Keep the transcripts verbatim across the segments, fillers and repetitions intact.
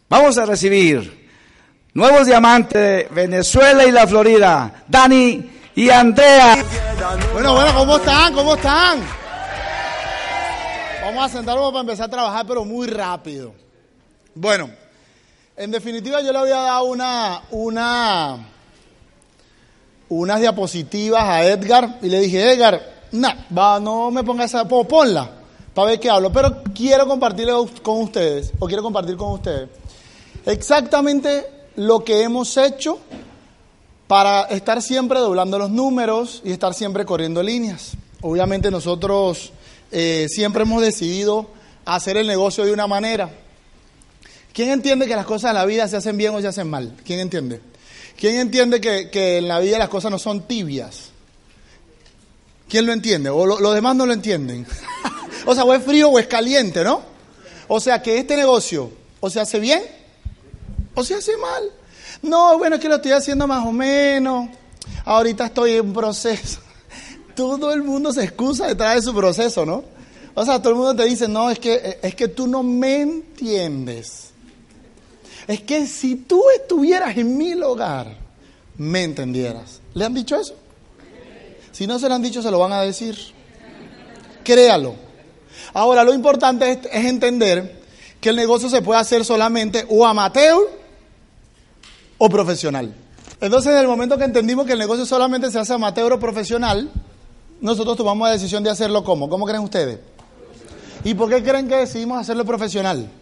Vamos a recibir nuevos diamantes de Venezuela y la Florida, Dani y Andrea. Bueno, bueno, ¿cómo están? ¿Cómo están? Vamos a sentarnos para empezar a trabajar, pero muy rápido. Bueno, en definitiva yo le había dado una, una, unas diapositivas a Edgar y le dije, Edgar, nah, va, no me ponga esa, ponla, para ver qué hablo, pero quiero compartirlo con ustedes, o quiero compartir con ustedes, exactamente lo que hemos hecho para estar siempre doblando los números y estar siempre corriendo líneas. Obviamente nosotros eh, siempre hemos decidido hacer el negocio de una manera. ¿Quién entiende que las cosas en la vida se hacen bien o se hacen mal? ¿Quién entiende? ¿Quién entiende que, que en la vida las cosas no son tibias? ¿Quién lo entiende? O lo, los demás no lo entienden. O sea, o es frío o es caliente, ¿no? O sea, que este negocio o se hace bien o se hace mal. No, bueno, es que lo estoy haciendo más o menos. Ahorita estoy en proceso. Todo el mundo se excusa detrás de su proceso, ¿no? O sea, todo el mundo te dice, no, es que, es que tú no me entiendes. Es que si tú estuvieras en mi lugar, me entendieras. ¿Le han dicho eso? Si no se lo han dicho, se lo van a decir. Créalo. Ahora, lo importante es, es entender que el negocio se puede hacer solamente o amateur o profesional. Entonces, en el momento que entendimos que el negocio solamente se hace amateur o profesional, nosotros tomamos la decisión de hacerlo ¿cómo? ¿Cómo creen ustedes? ¿Y por qué creen que decidimos hacerlo profesional?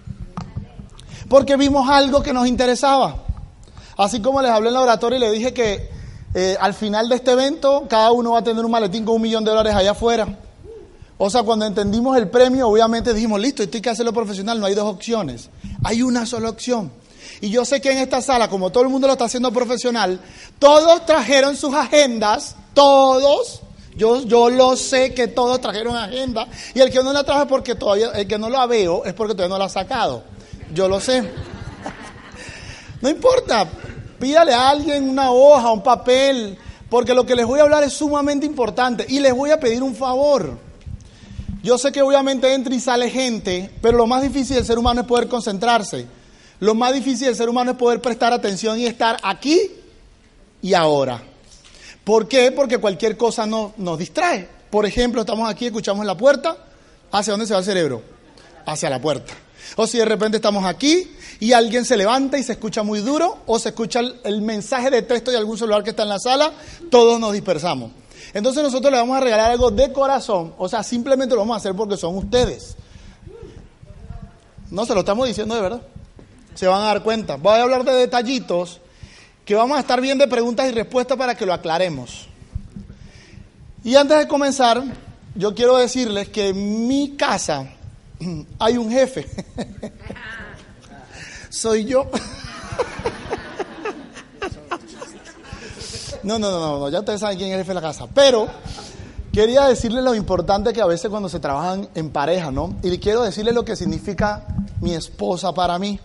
Porque vimos algo que nos interesaba. Así como les hablé en la oratoria y les dije que eh, al final de este evento, cada uno va a tener un maletín con un millón de dólares allá afuera. O sea, cuando entendimos el premio, obviamente dijimos, listo, esto hay que hacerlo profesional, no hay dos opciones. Hay una sola opción. Y yo sé que en esta sala, como todo el mundo lo está haciendo profesional, todos trajeron sus agendas, todos. Yo, yo lo sé que todos trajeron agenda. Y el que no la trajo es porque todavía, el que no la veo es porque todavía no la ha sacado. Yo lo sé. No importa, pídale a alguien una hoja, un papel, porque lo que les voy a hablar es sumamente importante. Y les voy a pedir un favor. Yo sé que obviamente entra y sale gente, pero lo más difícil del ser humano es poder concentrarse. Lo más difícil del ser humano es poder prestar atención y estar aquí y ahora. ¿Por qué? Porque cualquier cosa no, nos distrae. Por ejemplo, estamos aquí, escuchamos en la puerta. ¿Hacia dónde se va el cerebro? Hacia la puerta. O si de repente estamos aquí y alguien se levanta y se escucha muy duro, o se escucha el, el mensaje de texto de algún celular que está en la sala, todos nos dispersamos. Entonces nosotros le vamos a regalar algo de corazón, o sea, simplemente lo vamos a hacer porque son ustedes. No se lo estamos diciendo de verdad. Se van a dar cuenta. Voy a hablar de detallitos que vamos a estar bien de preguntas y respuestas para que lo aclaremos. Y antes de comenzar, yo quiero decirles que en mi casa hay un jefe. Soy yo. No, no, no, no, ya ustedes saben quién es el jefe de la casa. Pero quería decirles lo importante que a veces cuando se trabajan en pareja, ¿no? Y quiero decirles lo que significa mi esposa para mí.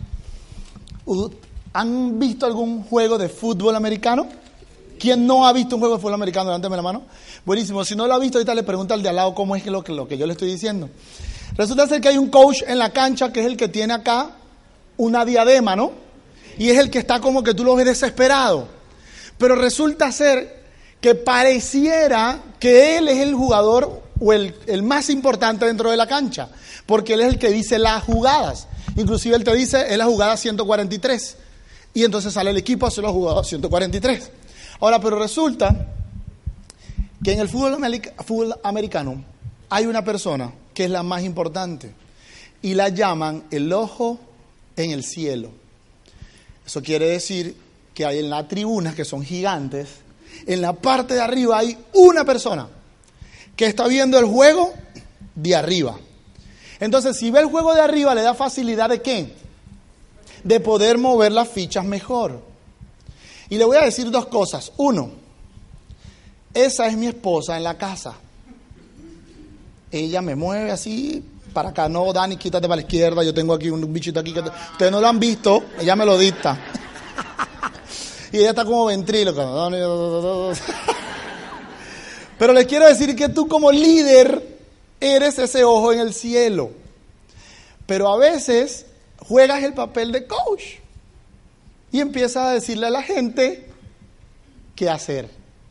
¿Han visto algún juego de fútbol americano? ¿Quién no ha visto un juego de fútbol americano? Levántame la mano. Buenísimo. Si no lo ha visto, ahorita le pregunta al de al lado cómo es lo que, lo que yo le estoy diciendo. Resulta ser que hay un coach en la cancha que es el que tiene acá una diadema, ¿no? Y es el que está como que tú lo ves desesperado. Pero resulta ser que pareciera que él es el jugador o el, el más importante dentro de la cancha. Porque él es el que dice las jugadas. Inclusive él te dice, es la jugada ciento cuarenta y tres. Y entonces sale el equipo a hacer la jugada ciento cuarenta y tres. Ahora, pero resulta que en el fútbol, america, fútbol americano hay una persona que es la más importante. Y la llaman el ojo en el cielo. Eso quiere decir que hay en la tribuna, que son gigantes, en la parte de arriba hay una persona que está viendo el juego de arriba. Entonces, si ve el juego de arriba, le da facilidad de ¿qué? De poder mover las fichas mejor. Y le voy a decir dos cosas. Uno, esa es mi esposa en la casa. Ella me mueve así para acá. No, Dani, quítate para la izquierda. Yo tengo aquí un bichito aquí. Que ustedes no lo han visto. Ella me lo dicta. Y ella está como ventríloco. Pero les quiero decir que tú como líder eres ese ojo en el cielo. Pero a veces juegas el papel de coach y empiezas a decirle a la gente qué hacer.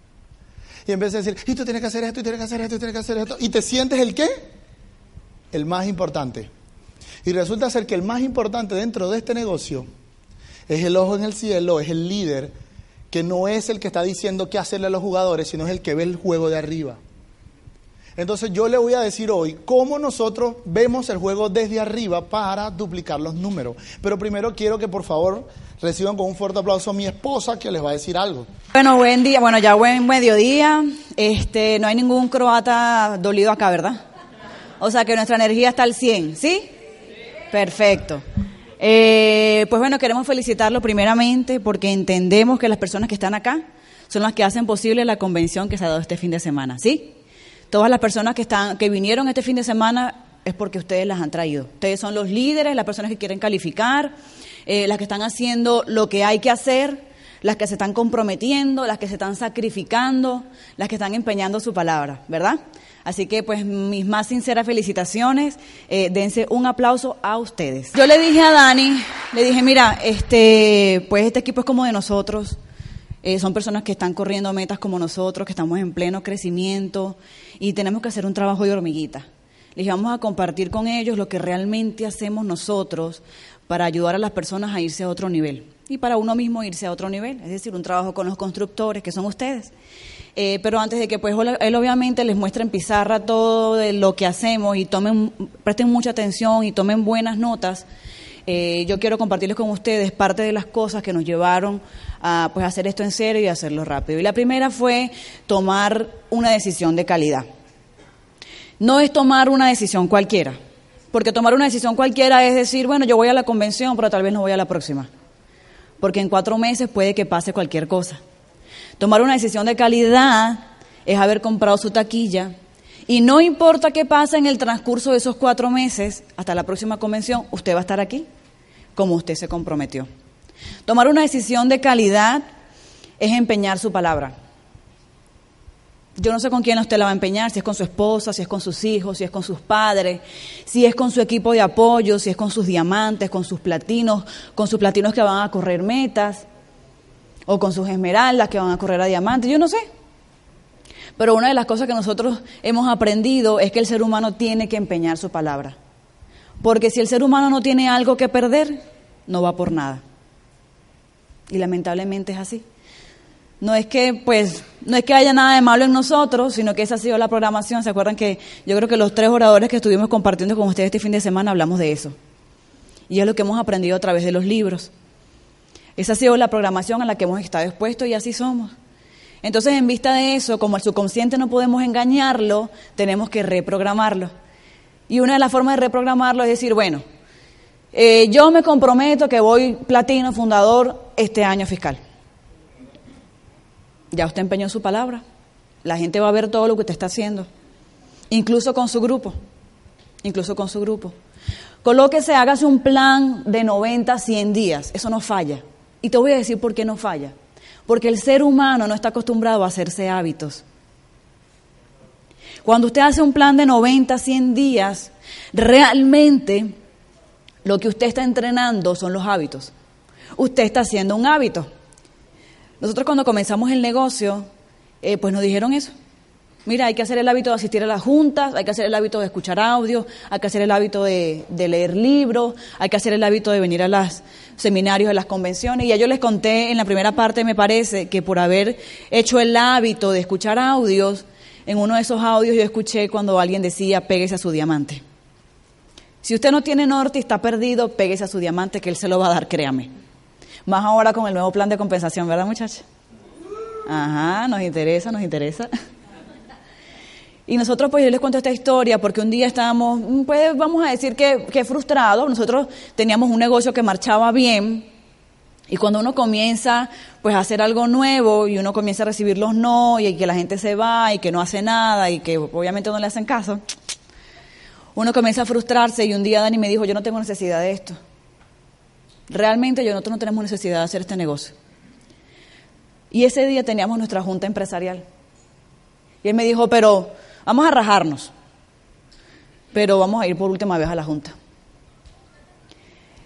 Y empiezas a decir, y tú tienes que hacer esto, y tienes que hacer esto, y tienes que hacer esto. Y te sientes el ¿qué? El más importante. Y resulta ser que el más importante dentro de este negocio es el ojo en el cielo, es el líder, que no es el que está diciendo qué hacerle a los jugadores, sino es el que ve el juego de arriba. Entonces yo le voy a decir hoy cómo nosotros vemos el juego desde arriba para duplicar los números. Pero primero quiero que por favor reciban con un fuerte aplauso a mi esposa, que les va a decir algo. Bueno, buen día, bueno ya buen mediodía. Este, no hay ningún croata dolido acá, ¿verdad? O sea que nuestra energía está al cien, ¿sí? Perfecto. Eh, pues bueno, queremos felicitarlo primeramente porque entendemos que las personas que están acá son las que hacen posible la convención que se ha dado este fin de semana, ¿sí? Todas las personas que están, que vinieron este fin de semana es porque ustedes las han traído. Ustedes son los líderes, las personas que quieren calificar, eh, las que están haciendo lo que hay que hacer, las que se están comprometiendo, las que se están sacrificando, las que están empeñando su palabra, ¿verdad? Así que, pues, mis más sinceras felicitaciones, eh, dense un aplauso a ustedes. Yo le dije a Dani, le dije, mira, este, pues este equipo es como de nosotros, eh, son personas que están corriendo metas como nosotros, que estamos en pleno crecimiento y tenemos que hacer un trabajo de hormiguita. Les vamos a compartir con ellos lo que realmente hacemos nosotros para ayudar a las personas a irse a otro nivel y para uno mismo irse a otro nivel, es decir, un trabajo con los constructores, que son ustedes. Eh, pero antes de que pues él obviamente les muestre en pizarra todo de lo que hacemos y tomen, presten mucha atención y tomen buenas notas, eh, yo quiero compartirles con ustedes parte de las cosas que nos llevaron a pues hacer esto en serio y hacerlo rápido. Y la primera fue tomar una decisión de calidad. No es tomar una decisión cualquiera, porque tomar una decisión cualquiera es decir, bueno, yo voy a la convención, pero tal vez no voy a la próxima, porque en cuatro meses puede que pase cualquier cosa. Tomar una decisión de calidad es haber comprado su taquilla y no importa qué pase en el transcurso de esos cuatro meses, hasta la próxima convención, usted va a estar aquí como usted se comprometió. Tomar una decisión de calidad es empeñar su palabra. Yo no sé con quién usted la va a empeñar, si es con su esposa, si es con sus hijos, si es con sus padres, si es con su equipo de apoyo, si es con sus diamantes, con sus platinos, con sus platinos que van a correr metas, o con sus esmeraldas que van a correr a diamantes, yo no sé. Pero una de las cosas que nosotros hemos aprendido es que el ser humano tiene que empeñar su palabra. Porque si el ser humano no tiene algo que perder, no va por nada. Y lamentablemente es así. No es que, pues, no es que haya nada de malo en nosotros, sino que esa ha sido la programación. ¿Se acuerdan que yo creo que los tres oradores que estuvimos compartiendo con ustedes este fin de semana hablamos de eso? Y es lo que hemos aprendido a través de los libros. Esa ha sido la programación a la que hemos estado expuestos y así somos. Entonces, en vista de eso, como el subconsciente no podemos engañarlo, tenemos que reprogramarlo. Y una de las formas de reprogramarlo es decir, bueno, eh, yo me comprometo que voy platino fundador este año fiscal. Ya usted empeñó su palabra. La gente va a ver todo lo que usted está haciendo. Incluso con su grupo. Incluso con su grupo. Colóquese, hágase un plan de noventa, cien días. Eso no falla. Y te voy a decir por qué no falla. Porque el ser humano no está acostumbrado a hacerse hábitos. Cuando usted hace un plan de noventa, cien días, realmente lo que usted está entrenando son los hábitos. Usted está haciendo un hábito. Nosotros cuando comenzamos el negocio, eh, pues nos dijeron eso. Mira, hay que hacer el hábito de asistir a las juntas, hay que hacer el hábito de escuchar audio, hay que hacer el hábito de, de leer libros, hay que hacer el hábito de venir a los seminarios, a las convenciones. Y ya yo les conté en la primera parte, me parece, que por haber hecho el hábito de escuchar audios, en uno de esos audios yo escuché cuando alguien decía, péguese a su diamante. Si usted no tiene norte y está perdido, péguese a su diamante, que él se lo va a dar, créame. Más ahora con el nuevo plan de compensación, ¿verdad, muchachos? Ajá, nos interesa, nos interesa. Y nosotros, pues yo les cuento esta historia porque un día estábamos, pues vamos a decir que, que frustrados. Nosotros teníamos un negocio que marchaba bien y cuando uno comienza pues a hacer algo nuevo y uno comienza a recibir los no y que la gente se va y que no hace nada y que obviamente no le hacen caso, uno comienza a frustrarse y un día Dani me dijo, yo no tengo necesidad de esto. Realmente yo nosotros no tenemos necesidad de hacer este negocio. Y ese día teníamos nuestra junta empresarial. Y él me dijo, pero vamos a rajarnos, pero vamos a ir por última vez a la junta.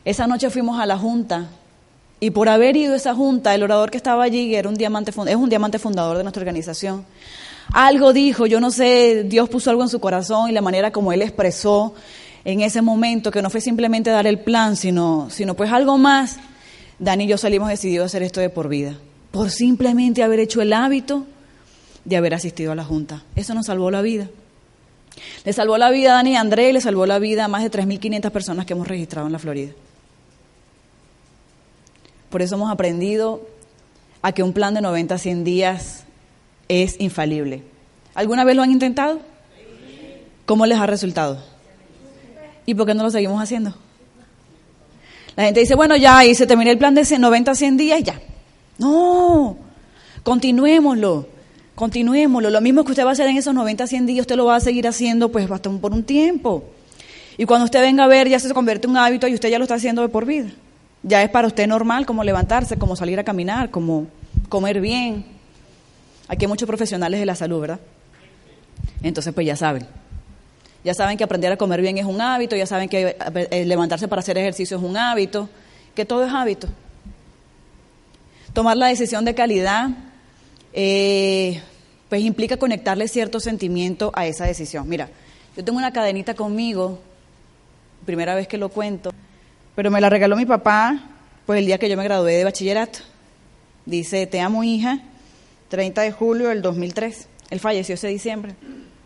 Esa noche fuimos a la junta y por haber ido a esa junta, el orador que estaba allí era un diamante, es un diamante fundador de nuestra organización. Algo dijo, yo no sé, Dios puso algo en su corazón y la manera como él expresó en ese momento, que no fue simplemente dar el plan, sino, sino pues algo más. Dani y yo salimos decididos a hacer esto de por vida, por simplemente haber hecho el hábito de haber asistido a la junta. Eso nos salvó la vida. Le salvó la vida a Dani y a André, y le salvó la vida a más de tres mil quinientas personas que hemos registrado en la Florida. Por eso hemos aprendido a que un plan de noventa a cien días es infalible. ¿Alguna vez lo han intentado? ¿Cómo les ha resultado? ¿Y por qué no lo seguimos haciendo? La gente dice, bueno, ya, y se terminó el plan de noventa a cien días y ya. No, continuémoslo, continuémoslo. Lo mismo que usted va a hacer en esos noventa a cien días, usted lo va a seguir haciendo pues hasta por un tiempo. Y cuando usted venga a ver, ya se convierte en un hábito y usted ya lo está haciendo de por vida. Ya es para usted normal, como levantarse, como salir a caminar, como comer bien. Aquí hay muchos profesionales de la salud, ¿verdad? Entonces, pues ya saben. Ya saben que aprender a comer bien es un hábito, ya saben que levantarse para hacer ejercicio es un hábito, que todo es hábito. Tomar la decisión de calidad, eh, pues implica conectarle cierto sentimiento a esa decisión. Mira, yo tengo una cadenita conmigo, primera vez que lo cuento, pero me la regaló mi papá, pues el día que yo me gradué de bachillerato. Dice, te amo, hija, treinta de julio del dos mil tres. Él falleció ese diciembre.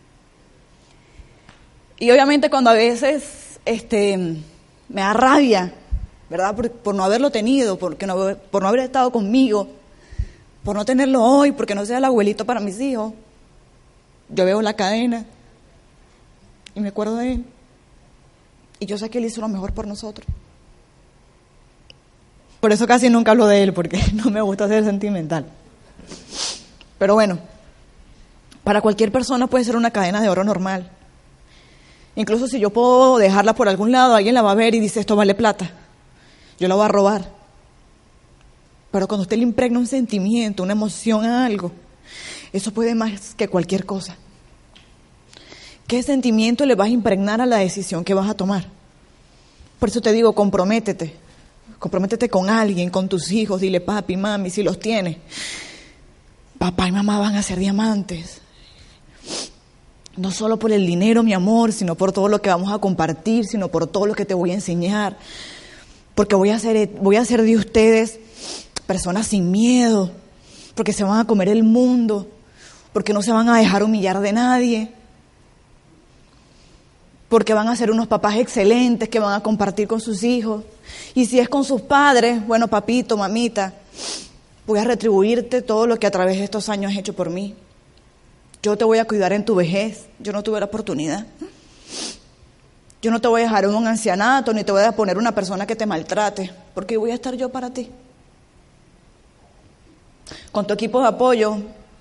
Y obviamente cuando a veces este, me da rabia, ¿verdad? Por, por no haberlo tenido, porque no, por no haber estado conmigo, por no tenerlo hoy, porque no sea el abuelito para mis hijos. Yo veo la cadena y me acuerdo de él. Y yo sé que él hizo lo mejor por nosotros. Por eso casi nunca hablo de él, porque no me gusta ser sentimental. Pero bueno, para cualquier persona puede ser una cadena de oro normal. Incluso si yo puedo dejarla por algún lado, alguien la va a ver y dice, esto vale plata. Yo la voy a robar. Pero cuando usted le impregna un sentimiento, una emoción a algo, eso puede más que cualquier cosa. ¿Qué sentimiento le vas a impregnar a la decisión que vas a tomar? Por eso te digo, comprométete. Comprométete con alguien, con tus hijos. Dile, papi, mami, si los tienes. Papá y mamá van a ser diamantes. No solo por el dinero, mi amor, sino por todo lo que vamos a compartir, sino por todo lo que te voy a enseñar. Porque voy a hacer, voy a hacer de ustedes personas sin miedo, porque se van a comer el mundo, porque no se van a dejar humillar de nadie, porque van a ser unos papás excelentes que van a compartir con sus hijos. Y si es con sus padres, bueno, papito, mamita, voy a retribuirte todo lo que a través de estos años has hecho por mí. Yo te voy a cuidar en tu vejez. Yo no tuve la oportunidad. Yo no te voy a dejar en un ancianato, ni te voy a poner una persona que te maltrate, porque voy a estar yo para ti. Con tu equipo de apoyo,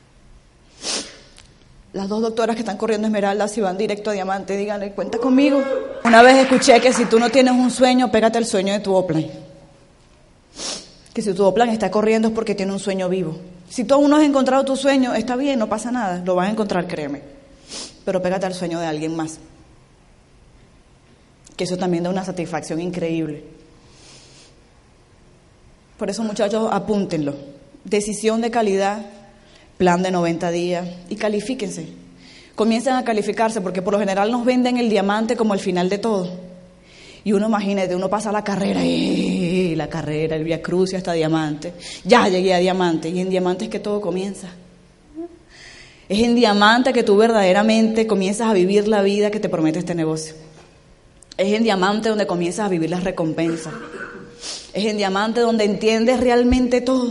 las dos doctoras que están corriendo Esmeralda, si van directo a Diamante, díganle, cuenta conmigo. Una vez escuché que si tú no tienes un sueño, pégate al sueño de tu Oplan. Que si tu Oplan está corriendo es porque tiene un sueño vivo. Si tú aún no has encontrado tu sueño, está bien, no pasa nada, lo vas a encontrar, créeme. Pero pégate al sueño de alguien más. Que eso también da una satisfacción increíble. Por eso, muchachos, apúntenlo. Decisión de calidad, plan de noventa días y califíquense. Comiencen a calificarse porque por lo general nos venden el diamante como el final de todo. Y uno, imagínate, uno pasa la carrera, ¡eh! la carrera, el Vía Crucis hasta Diamante. Ya llegué a Diamante y en Diamante es que todo comienza. Es en Diamante que tú verdaderamente comienzas a vivir la vida que te promete este negocio. Es en Diamante donde comienzas a vivir las recompensas. Es en Diamante donde entiendes realmente todo.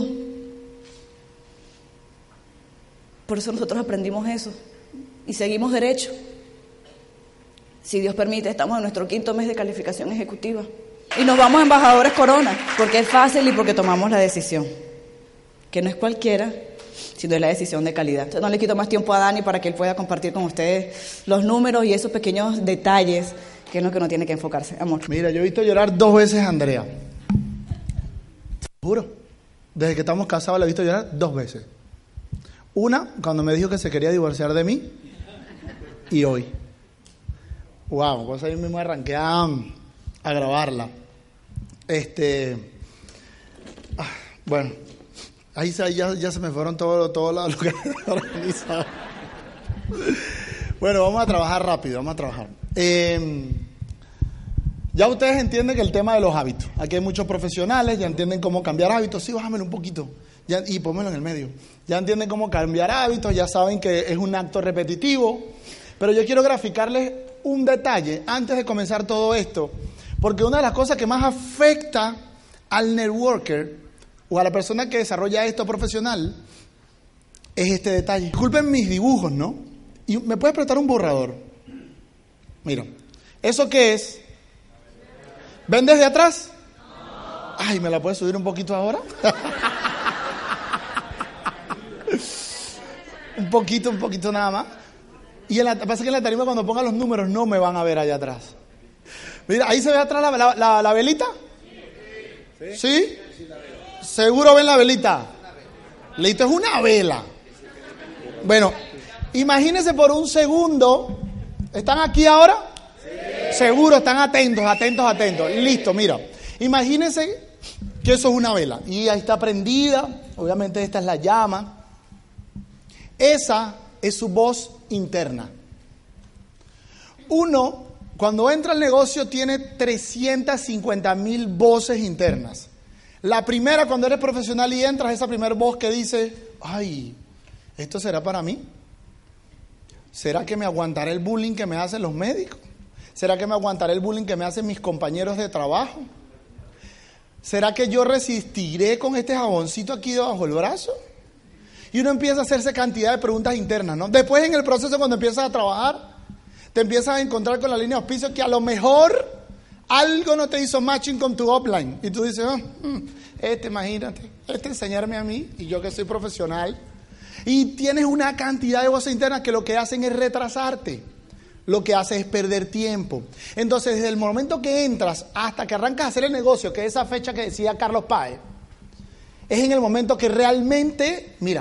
Por eso nosotros aprendimos eso y seguimos derecho. Si Dios permite, estamos en nuestro quinto mes de calificación ejecutiva. Y nos vamos a Embajadores Corona, porque es fácil y porque tomamos la decisión. Que no es cualquiera, sino es la decisión de calidad. Entonces, no le quito más tiempo a Dani para que él pueda compartir con ustedes los números y esos pequeños detalles, que es lo que uno tiene que enfocarse. Amor. Mira, yo he visto llorar dos veces a Andrea. Te juro. Desde que estamos casados la he visto llorar dos veces. Una, cuando me dijo que se quería divorciar de mí, y hoy. Wow, pues ahí mismo arranqué a, a grabarla. Este, ah, bueno, ahí ya, ya se me fueron todos todo los que organizados. Bueno, vamos a trabajar rápido, vamos a trabajar. Eh, ya ustedes entienden que el tema de los hábitos. Aquí hay muchos profesionales, ya entienden cómo cambiar hábitos. Sí, bájamelo un poquito ya, y pónmelo en el medio. Ya entienden cómo cambiar hábitos, ya saben que es un acto repetitivo. Pero yo quiero graficarles un detalle antes de comenzar todo esto. Porque una de las cosas que más afecta al networker o a la persona que desarrolla esto profesional es este detalle. Disculpen mis dibujos, ¿no? ¿Y me puedes prestar un borrador? Mira, ¿eso qué es? ¿Ven desde atrás? Ay, ¿me la puedes subir un poquito ahora? un poquito, un poquito nada más. Y en la, pasa que en la tarima cuando ponga los números no me van a ver allá atrás. Mira, ahí se ve atrás la, la, la, la velita. ¿Sí? ¿Sí? ¿Seguro ven la velita? Listo, es una vela. Bueno, imagínense por un segundo. ¿Están aquí ahora? Sí. Seguro, están atentos, atentos, atentos. Listo, mira. Imagínense que eso es una vela. Y ahí está prendida. Obviamente esta es la llama. Esa es su voz interna. Uno, cuando entra al negocio, tiene trescientas cincuenta mil voces internas. La primera, cuando eres profesional y entras, esa primera voz que dice, ay, ¿esto será para mí? ¿Será que me aguantará el bullying que me hacen los médicos? ¿Será que me aguantará el bullying que me hacen mis compañeros de trabajo? ¿Será que yo resistiré con este jaboncito aquí debajo del brazo? Y uno empieza a hacerse cantidad de preguntas internas, ¿no? Después en el proceso, cuando empiezas a trabajar, te empiezas a encontrar con la línea de auspicio que a lo mejor algo no te hizo matching con tu upline. Y tú dices, oh, este, imagínate, este enseñarme a mí, y yo que soy profesional. Y tienes una cantidad de voces internas que lo que hacen es retrasarte. Lo que hace es perder tiempo. Entonces, desde el momento que entras hasta que arrancas a hacer el negocio, que es esa fecha que decía Carlos Páez, es en el momento que realmente, mira,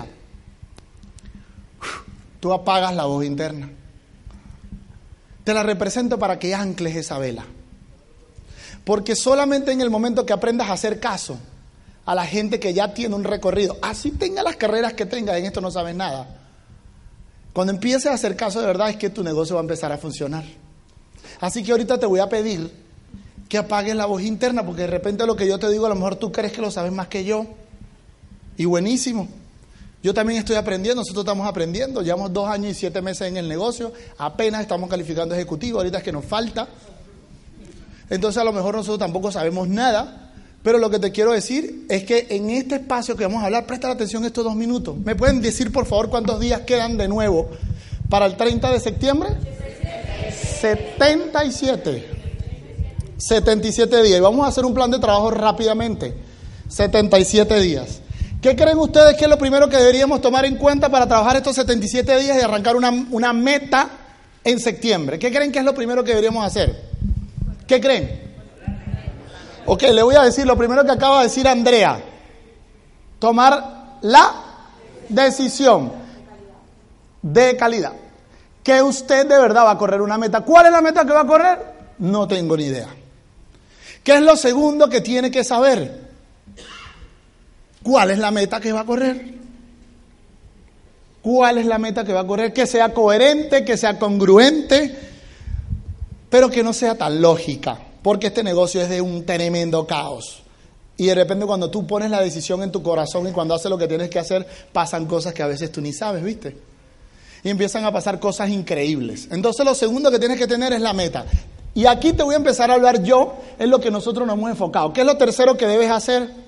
tú apagas la voz interna. Te la represento para que ancles esa vela. Porque solamente en el momento que aprendas a hacer caso a la gente que ya tiene un recorrido, así tenga las carreras que tenga, en esto no sabes nada. Cuando empieces a hacer caso de verdad es que tu negocio va a empezar a funcionar. Así que ahorita te voy a pedir que apagues la voz interna, porque de repente lo que yo te digo a lo mejor tú crees que lo sabes más que yo. Y buenísimo. Yo también estoy aprendiendo, nosotros estamos aprendiendo, llevamos dos años y siete meses en el negocio, apenas estamos calificando ejecutivo, ahorita es que nos falta. Entonces a lo mejor nosotros tampoco sabemos nada, pero lo que te quiero decir es que en este espacio que vamos a hablar, presta atención estos dos minutos. ¿Me pueden decir por favor cuántos días quedan de nuevo para el treinta de septiembre? setenta y siete. setenta y siete días. Y vamos a hacer un plan de trabajo rápidamente. setenta y siete días. ¿Qué creen ustedes que es lo primero que deberíamos tomar en cuenta para trabajar estos setenta y siete días y arrancar una, una meta en septiembre? ¿Qué creen que es lo primero que deberíamos hacer? ¿Qué creen? Ok, le voy a decir lo primero que acaba de decir Andrea. Tomar la decisión de calidad. Que usted de verdad va a correr una meta. ¿Cuál es la meta que va a correr? No tengo ni idea. ¿Qué es lo segundo que tiene que saber? ¿Cuál es la meta que va a correr? ¿Cuál es la meta que va a correr? Que sea coherente, que sea congruente, pero que no sea tan lógica, porque este negocio es de un tremendo caos. Y de repente cuando tú pones la decisión en tu corazón y cuando haces lo que tienes que hacer, pasan cosas que a veces tú ni sabes, ¿viste? Y empiezan a pasar cosas increíbles. Entonces lo segundo que tienes que tener es la meta. Y aquí te voy a empezar a hablar yo en lo que nosotros nos hemos enfocado. ¿Qué es lo tercero que debes hacer?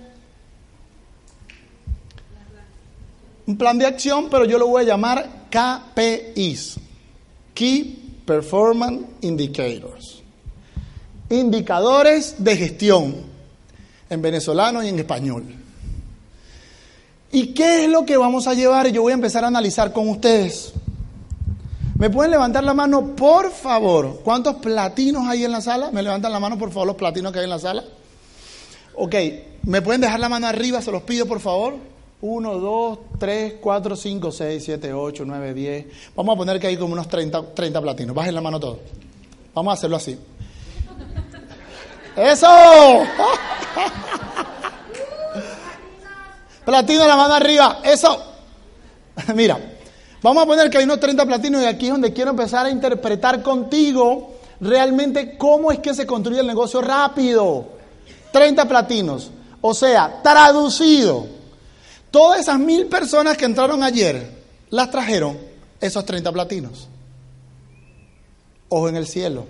Un plan de acción, pero yo lo voy a llamar K P Is. Key Performance Indicators. Indicadores de gestión. En venezolano y en español. ¿Y qué es lo que vamos a llevar? Yo voy a empezar a analizar con ustedes. ¿Me pueden levantar la mano, por favor? ¿Cuántos platinos hay en la sala? ¿Me levantan la mano, por favor, los platinos que hay en la sala? Ok, ¿me pueden dejar la mano arriba? Se los pido, por favor. Uno, dos, tres, cuatro, cinco, seis, siete, ocho, nueve, diez. Vamos a poner que hay como unos treinta, treinta platinos. Bajen la mano todos. Vamos a hacerlo así. ¡Eso! Platino, la mano arriba. Eso. Mira, vamos a poner que hay unos treinta platinos y aquí es donde quiero empezar a interpretar contigo realmente cómo es que se construye el negocio rápido. treinta platinos. O sea, traducido. Todas esas mil personas que entraron ayer, las trajeron esos treinta platinos. Ojo en el cielo.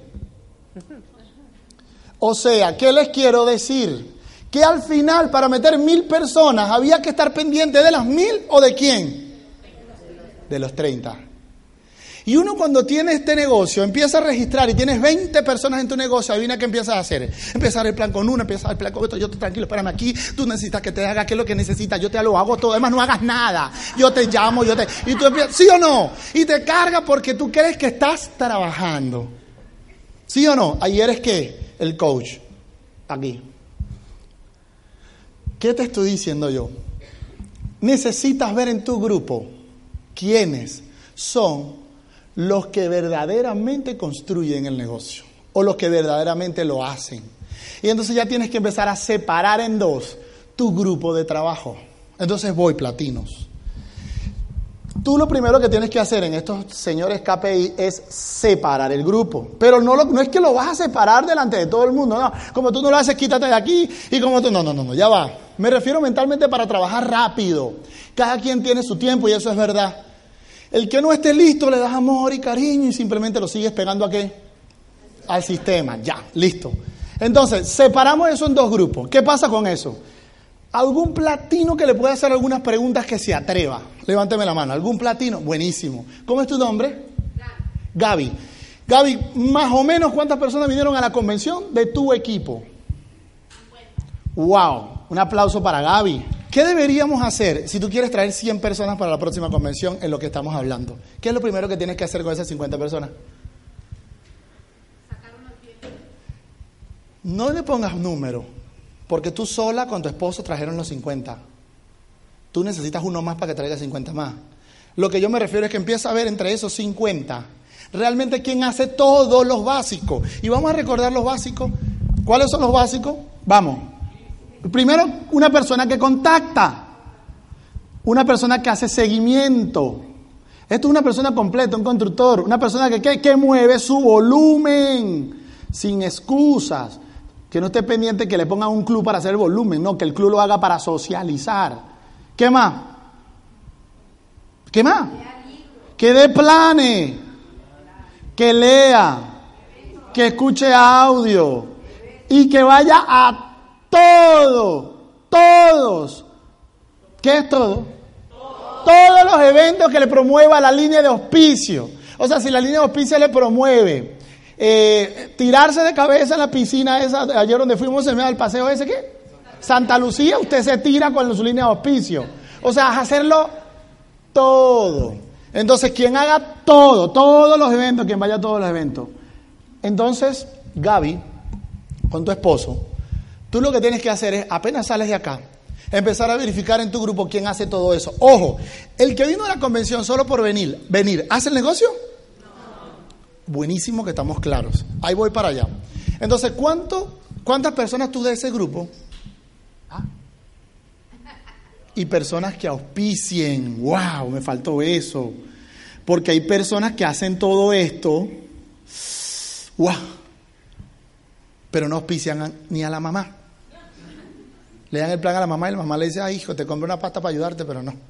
O sea, ¿qué les quiero decir? Que al final, para meter mil personas, había que estar pendiente de las mil o de quién. De los treinta. Y uno cuando tiene este negocio, empieza a registrar y tienes veinte personas en tu negocio, adivina qué empiezas a hacer. Empezar el plan con uno, empiezas el plan con otro. Yo te tranquilo, espérame aquí. Tú necesitas que te haga qué es lo que necesitas. Yo te lo hago todo. Además, no hagas nada. Yo te llamo, yo te... Y tú empiezas, ¿sí o no? Y te carga porque tú crees que estás trabajando. ¿Sí o no? Ahí eres ¿qué? El coach. Aquí. ¿Qué te estoy diciendo yo? Necesitas ver en tu grupo quiénes son los que verdaderamente construyen el negocio o los que verdaderamente lo hacen. Y entonces ya tienes que empezar a separar en dos tu grupo de trabajo. Entonces voy, platinos. Tú lo primero que tienes que hacer en estos señores K P I es separar el grupo. Pero no, lo, no es que lo vas a separar delante de todo el mundo. No, como tú no lo haces, quítate de aquí. Y como tú, no, no, no, no, ya va. Me refiero mentalmente para trabajar rápido. Cada quien tiene su tiempo y eso es verdad. El que no esté listo le das amor y cariño y simplemente lo sigues pegando ¿a qué? Al sistema. Ya, listo. Entonces, separamos eso en dos grupos. ¿Qué pasa con eso? ¿Algún platino que le pueda hacer algunas preguntas que se atreva? Levánteme la mano. ¿Algún platino? Buenísimo. ¿Cómo es tu nombre? Gaby. Gaby, más o menos ¿cuántas personas vinieron a la convención de tu equipo? Wow. Un aplauso para Gaby. ¿Qué deberíamos hacer si tú quieres traer cien personas para la próxima convención en lo que estamos hablando? ¿Qué es lo primero que tienes que hacer con esas cincuenta personas? Sacar unos diez. No le pongas número, porque tú sola con tu esposo trajeron los cincuenta. Tú necesitas uno más para que traiga cincuenta más. Lo que yo me refiero es que empieza a ver entre esos cincuenta realmente quién hace todos los básicos. Y vamos a recordar los básicos. ¿Cuáles son los básicos? Vamos. Primero, una persona que contacta, una persona que hace seguimiento. Esto es una persona completa, un constructor, una persona que, que, que mueve su volumen, sin excusas, que no esté pendiente que le pongan un club para hacer el volumen, no, que el club lo haga para socializar. ¿Qué más? ¿Qué más? Que dé planes, que lea, que escuche audio y que vaya a todo, todos. ¿Qué es todo? todo? Todos los eventos que le promueva la línea de auspicio. O sea, si la línea de auspicio le promueve eh, tirarse de cabeza en la piscina esa, ayer donde fuimos en medio del paseo ese, ¿qué? Santa Lucía, usted se tira con su línea de auspicio. O sea, hacerlo todo. Entonces, quien haga todo, todos los eventos, quien vaya a todos los eventos. Entonces, Gaby, con tu esposo, tú lo que tienes que hacer es, apenas sales de acá, empezar a verificar en tu grupo quién hace todo eso. Ojo, el que vino a la convención solo por venir, venir, ¿hace el negocio? No. Buenísimo que estamos claros. Ahí voy para allá. Entonces, ¿cuánto, ¿cuántas personas tú de ese grupo? ¿Ah? Y personas que auspicien. ¡Wow! Me faltó eso. Porque hay personas que hacen todo esto. ¡Wow! Pero no auspician ni a la mamá. Le dan el plan a la mamá y la mamá le dice, ay, hijo, te compré una pasta para ayudarte, pero no.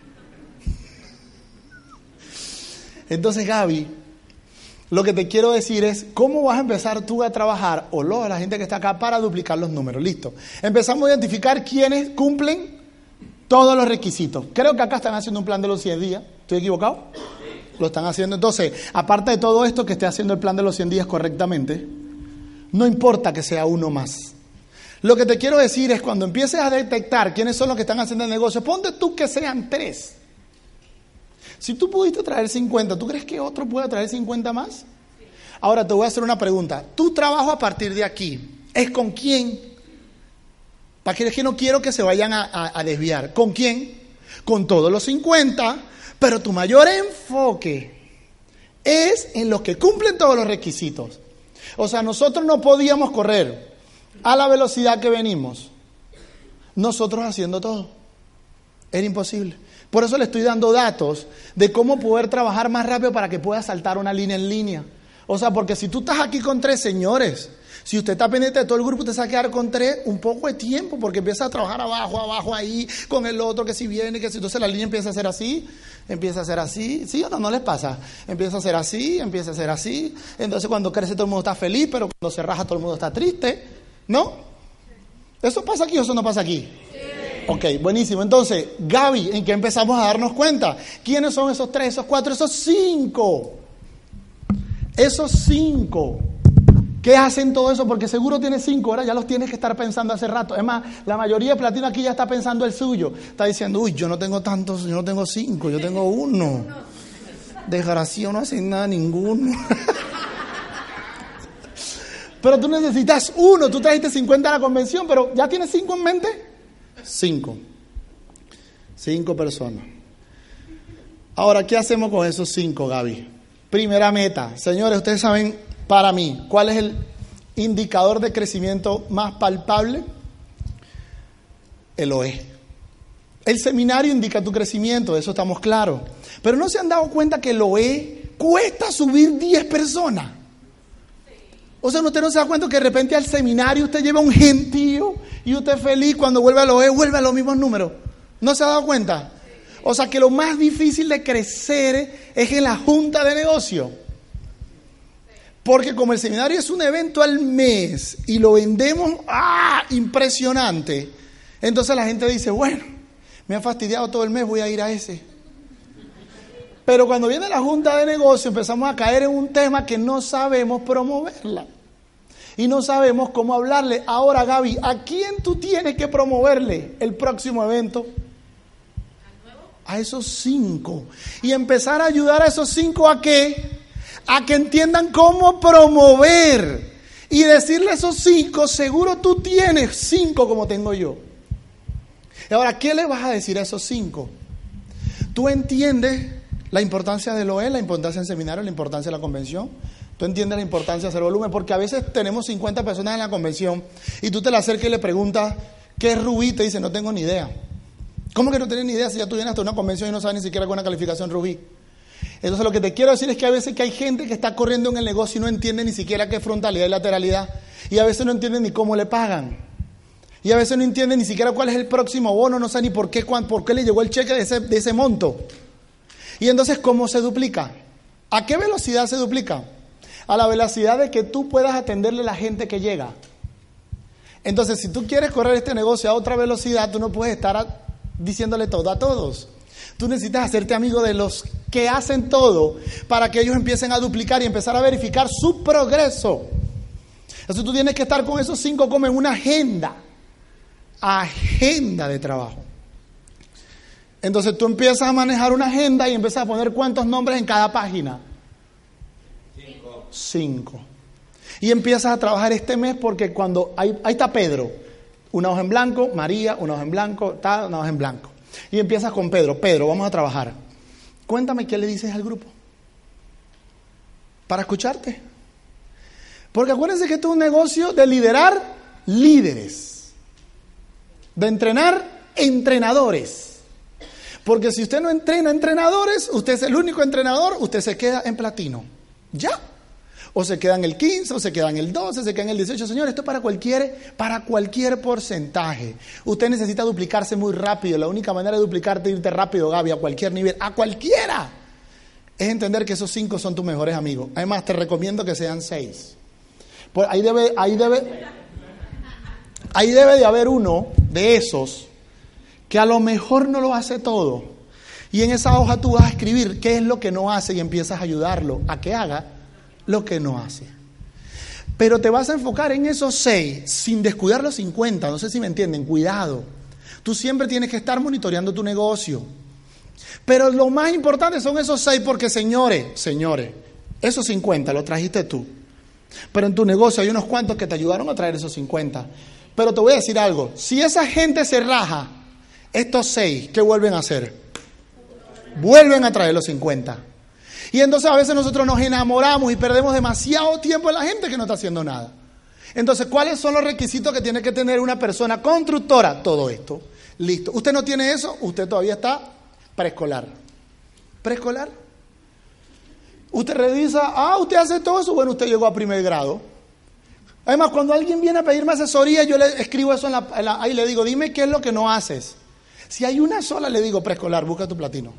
Entonces, Gaby, lo que te quiero decir es, ¿cómo vas a empezar tú a trabajar, o lo, la gente que está acá, para duplicar los números? Listo. Empezamos a identificar quiénes cumplen todos los requisitos. Creo que acá están haciendo un plan de los cien días. ¿Estoy equivocado? Lo están haciendo. Entonces, aparte de todo esto, que esté haciendo el plan de los cien días correctamente, no importa que sea uno más. Lo que te quiero decir es, cuando empieces a detectar quiénes son los que están haciendo el negocio, ponte tú que sean tres. Si tú pudiste traer cincuenta, ¿tú crees que otro pueda traer cincuenta más? Ahora te voy a hacer una pregunta. ¿Tu trabajo a partir de aquí es con quién? Para que es que no quiero que se vayan a, a, a desviar. ¿Con quién? Con todos los cincuenta, pero tu mayor enfoque es en los que cumplen todos los requisitos. O sea, nosotros no podíamos correr a la velocidad que venimos, nosotros haciendo todo. Era imposible. Por eso le estoy dando datos de cómo poder trabajar más rápido para que pueda saltar una línea en línea. O sea, porque si tú estás aquí con tres, señores, si usted está pendiente de todo el grupo, usted se va a quedar con tres un poco de tiempo, porque empieza a trabajar abajo, abajo, ahí, con el otro, que si viene, que si entonces la línea empieza a ser así, empieza a ser así, ¿sí o no? ¿No les pasa? Empieza a ser así, empieza a ser así, entonces cuando crece todo el mundo está feliz, pero cuando se raja todo el mundo está triste, ¿no? ¿Eso pasa aquí o eso no pasa aquí? Sí. Ok, buenísimo. Entonces, Gaby, ¿en qué empezamos a darnos cuenta? ¿Quiénes son esos tres, esos cuatro, esos cinco? Esos cinco. ¿Qué hacen todo eso? Porque seguro tienes cinco, ahora ya los tienes que estar pensando hace rato. Es más, la mayoría de platino aquí ya está pensando el suyo. Está diciendo, uy, yo no tengo tantos, yo no tengo cinco, yo tengo uno. Desgraciado, no hacen nada ninguno. Pero tú necesitas uno, tú trajiste cincuenta a la convención, pero ¿ya tienes cinco en mente? Cinco. Cinco personas. Ahora, ¿qué hacemos con esos cinco, Gaby? Primera meta. Señores, ustedes saben, para mí, ¿cuál es el indicador de crecimiento más palpable? El O E. El seminario indica tu crecimiento, de eso estamos claros. Pero ¿no se han dado cuenta que el O E cuesta subir diez personas? O sea, usted no se da cuenta que de repente al seminario usted lleva un gentío y usted feliz, cuando vuelve al O E, vuelve a los mismos números. ¿No se ha dado cuenta? O sea, que lo más difícil de crecer es en la junta de negocio. Porque como el seminario es un evento al mes y lo vendemos, ¡ah!, impresionante. Entonces la gente dice, bueno, me ha fastidiado todo el mes, voy a ir a ese. Pero cuando viene la junta de negocio empezamos a caer en un tema que no sabemos promoverla. Y no sabemos cómo hablarle. Ahora, Gaby, ¿a quién tú tienes que promoverle el próximo evento? A esos cinco. Y empezar a ayudar a esos cinco ¿a qué? A que entiendan cómo promover. Y decirle a esos cinco, seguro tú tienes cinco como tengo yo. Y ahora, ¿qué le vas a decir a esos cinco? Tú entiendes la importancia del O E, la importancia del seminario, la importancia de la convención. Tú entiendes la importancia de hacer volumen, porque a veces tenemos cincuenta personas en la convención y tú te la acercas y le preguntas, ¿qué es Rubí? Te dice, no tengo ni idea. ¿Cómo que no tienes ni idea si ya tú vienes hasta una convención y no sabes ni siquiera con una calificación Rubí? Entonces lo que te quiero decir es que a veces que hay gente que está corriendo en el negocio y no entiende ni siquiera qué es frontalidad y lateralidad, y a veces no entiende ni cómo le pagan, y a veces no entiende ni siquiera cuál es el próximo bono, no sabe ni por qué, cuán, por qué le llegó el cheque de ese, de ese monto. Y entonces, ¿cómo se duplica? ¿A qué velocidad se duplica? A la velocidad de que tú puedas atenderle a la gente que llega. Entonces, si tú quieres correr este negocio a otra velocidad, tú no puedes estar a, diciéndole todo a todos. Tú necesitas hacerte amigo de los que hacen todo para que ellos empiecen a duplicar y empezar a verificar su progreso. Entonces, tú tienes que estar con esos cinco como en una agenda. Agenda de trabajo. Entonces tú empiezas a manejar una agenda y empiezas a poner cuántos nombres en cada página. Cinco. Cinco. Y empiezas a trabajar este mes porque cuando ahí, ahí está Pedro, una hoja en blanco, María, una hoja en blanco, está una hoja en blanco. Y empiezas con Pedro. Pedro, vamos a trabajar. Cuéntame qué le dices al grupo para escucharte. Porque acuérdense que esto es un negocio de liderar líderes, de entrenar entrenadores. Porque si usted no entrena entrenadores, usted es el único entrenador, usted se queda en platino. ¿Ya? O se queda en el quince, o se queda en el doce, se queda en el dieciocho. Señor, esto es para cualquier, para cualquier porcentaje. Usted necesita duplicarse muy rápido. La única manera de duplicarte es irte rápido, Gaby, a cualquier nivel, a cualquiera. Es entender que esos cinco son tus mejores amigos. Además, te recomiendo que sean seis. Pues ahí debe, ahí debe, ahí debe de haber uno de esos que a lo mejor no lo hace todo. Y en esa hoja tú vas a escribir qué es lo que no hace y empiezas a ayudarlo a que haga lo que no hace. Pero te vas a enfocar en esos seis sin descuidar los cincuenta. No sé si me entienden, cuidado. Tú siempre tienes que estar monitoreando tu negocio. Pero lo más importante son esos seis porque, señores, señores, esos cincuenta los trajiste tú. Pero en tu negocio hay unos cuantos que te ayudaron a traer esos cincuenta. Pero te voy a decir algo, si esa gente se raja, estos seis, ¿qué vuelven a hacer? Vuelven a traer los cincuenta. Y entonces a veces nosotros nos enamoramos y perdemos demasiado tiempo en la gente que no está haciendo nada. Entonces, ¿cuáles son los requisitos que tiene que tener una persona constructora? Todo esto. Listo. ¿Usted no tiene eso? Usted todavía está preescolar. ¿Preescolar? Usted revisa, ah, usted hace todo eso, bueno, usted llegó a primer grado. Además, cuando alguien viene a pedirme asesoría, yo le escribo eso en la, en la, ahí le digo, dime qué es lo que no haces. Si hay una sola, le digo, preescolar, busca tu platino.